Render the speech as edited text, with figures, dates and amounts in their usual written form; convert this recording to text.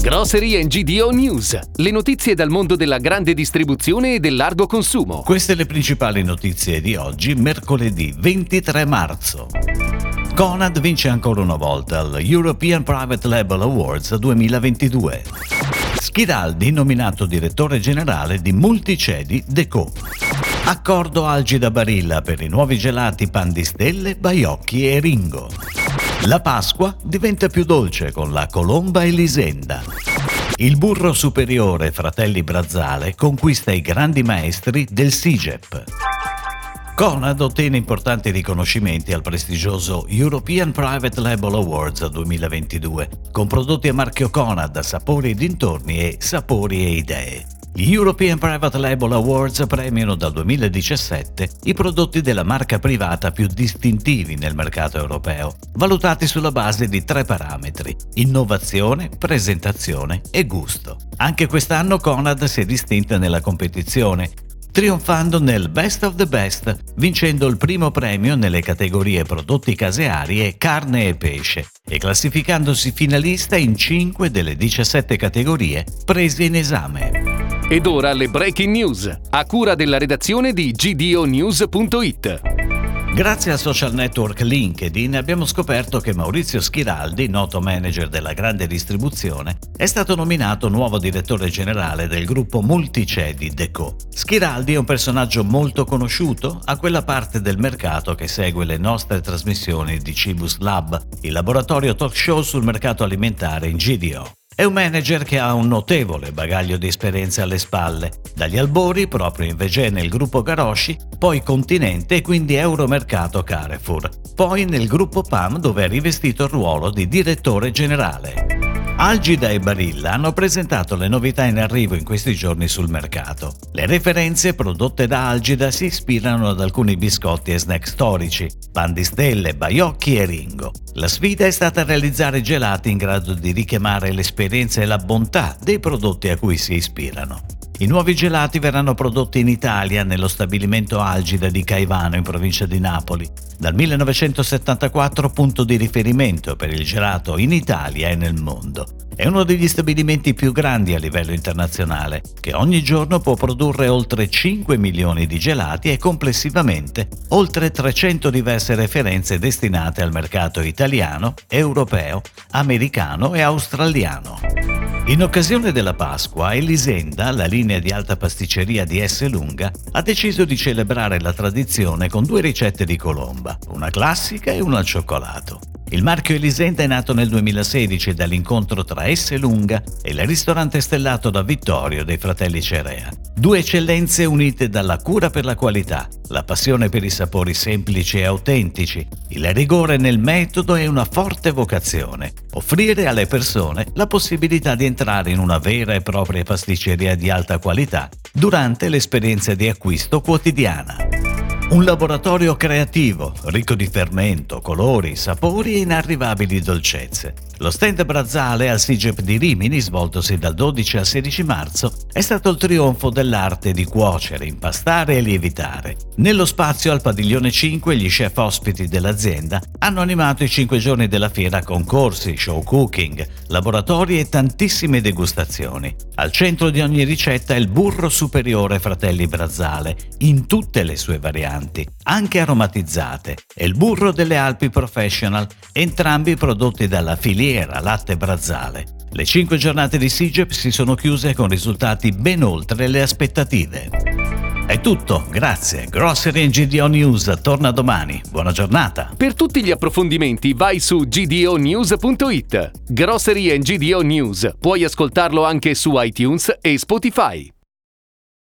Grocery & GDO News, le notizie dal mondo della grande distribuzione e del largo consumo. Queste le principali notizie di oggi, mercoledì 23 marzo. Conad vince ancora una volta al European Private Label Awards 2022. Schiraldi nominato direttore generale di Multicedi Decaux. Accordo Algida Barilla per i nuovi gelati Pan di Stelle, Baiocchi e Ringo. La Pasqua diventa più dolce con la Colomba e l'Isenda. Il burro superiore Fratelli Brazzale conquista i grandi maestri del SIGEP. Conad ottiene importanti riconoscimenti al prestigioso European Private Label Awards 2022, con prodotti a marchio Conad, sapori e dintorni e sapori e idee. Gli European Private Label Awards premiano dal 2017 i prodotti della marca privata più distintivi nel mercato europeo, valutati sulla base di 3 parametri: innovazione, presentazione e gusto. Anche quest'anno Conad si è distinta nella competizione, trionfando nel Best of the Best, vincendo il primo premio nelle categorie prodotti caseari e carne e pesce, e classificandosi finalista in 5 delle 17 categorie prese in esame. Ed ora le breaking news, a cura della redazione di gdonews.it. Grazie al social network LinkedIn abbiamo scoperto che Maurizio Schiraldi, noto manager della grande distribuzione, è stato nominato nuovo direttore generale del gruppo Multicedi Decaux. Schiraldi è un personaggio molto conosciuto a quella parte del mercato che segue le nostre trasmissioni di Cibus Lab, il laboratorio talk show sul mercato alimentare in GDO. È un manager che ha un notevole bagaglio di esperienze alle spalle, dagli albori proprio in Vegè nel gruppo Garosci, poi Continente e quindi Euromercato Carrefour, poi nel gruppo PAM dove ha rivestito il ruolo di direttore generale. Algida e Barilla hanno presentato le novità in arrivo in questi giorni sul mercato. Le referenze prodotte da Algida si ispirano ad alcuni biscotti e snack storici, Pan di Stelle, Baiocchi e Ringo. La sfida è stata realizzare gelati in grado di richiamare l'esperienza e la bontà dei prodotti a cui si ispirano. I nuovi gelati verranno prodotti in Italia nello stabilimento Algida di Caivano in provincia di Napoli, dal 1974 punto di riferimento per il gelato in Italia e nel mondo. È uno degli stabilimenti più grandi a livello internazionale, che ogni giorno può produrre oltre 5 milioni di gelati e complessivamente oltre 300 diverse referenze destinate al mercato italiano, europeo, americano e australiano. In occasione della Pasqua, Elisenda, la linea di alta pasticceria di Esselunga, ha deciso di celebrare la tradizione con 2 ricette di colomba, una classica e una al cioccolato. Il marchio Elisenda è nato nel 2016 dall'incontro tra Esselunga e il ristorante stellato da Vittorio dei fratelli Cerea. 2 eccellenze unite dalla cura per la qualità, la passione per i sapori semplici e autentici, il rigore nel metodo e una forte vocazione: offrire alle persone la possibilità di entrare in una vera e propria pasticceria di alta qualità durante l'esperienza di acquisto quotidiana. Un laboratorio creativo, ricco di fermento, colori, sapori e inarrivabili dolcezze. Lo stand Brazzale al SIGEP di Rimini, svoltosi dal 12 al 16 marzo, è stato il trionfo dell'arte di cuocere, impastare e lievitare. Nello spazio al padiglione 5 gli chef ospiti dell'azienda hanno animato i 5 giorni della fiera con corsi, show cooking, laboratori e tantissime degustazioni. Al centro di ogni ricetta è il burro superiore Fratelli Brazzale, in tutte le sue varianti, anche aromatizzate, e il burro delle Alpi Professional, entrambi prodotti dalla filiera Latte Brazzale. Le 5 giornate di SIGEP si sono chiuse con risultati ben oltre le aspettative. È tutto, grazie. Grocery & GDO News torna domani. Buona giornata. Per tutti gli approfondimenti vai su gdonews.it. Grocery & GDO News. Puoi ascoltarlo anche su iTunes e Spotify.